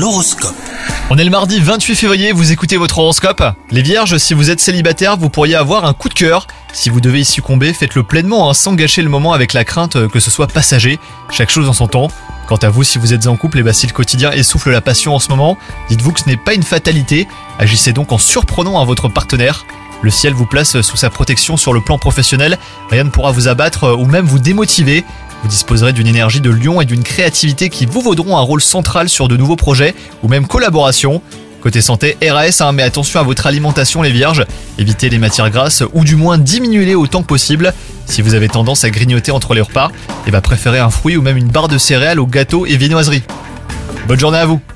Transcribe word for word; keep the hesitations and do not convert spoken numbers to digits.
L'horoscope. On est le mardi vingt-huit février, vous écoutez votre horoscope. Les vierges, si vous êtes célibataire, vous pourriez avoir un coup de cœur. Si vous devez y succomber, faites-le pleinement, hein, sans gâcher le moment avec la crainte que ce soit passager. Chaque chose en son temps. Quant à vous, si vous êtes en couple, et bah, si le quotidien essouffle la passion en ce moment, dites-vous que ce n'est pas une fatalité. Agissez donc en surprenant à votre partenaire. Le ciel vous place sous sa protection sur le plan professionnel. Rien ne pourra vous abattre ou même vous démotiver. Vous disposerez d'une énergie de lion et d'une créativité qui vous vaudront un rôle central sur de nouveaux projets ou même collaborations. Côté santé, R A S, hein, mais attention à votre alimentation les vierges. Évitez les matières grasses ou du moins diminuez-les autant que possible. Si vous avez tendance à grignoter entre les repas, et bah préférez un fruit ou même une barre de céréales au gâteau et viennoiserie. Bonne journée à vous!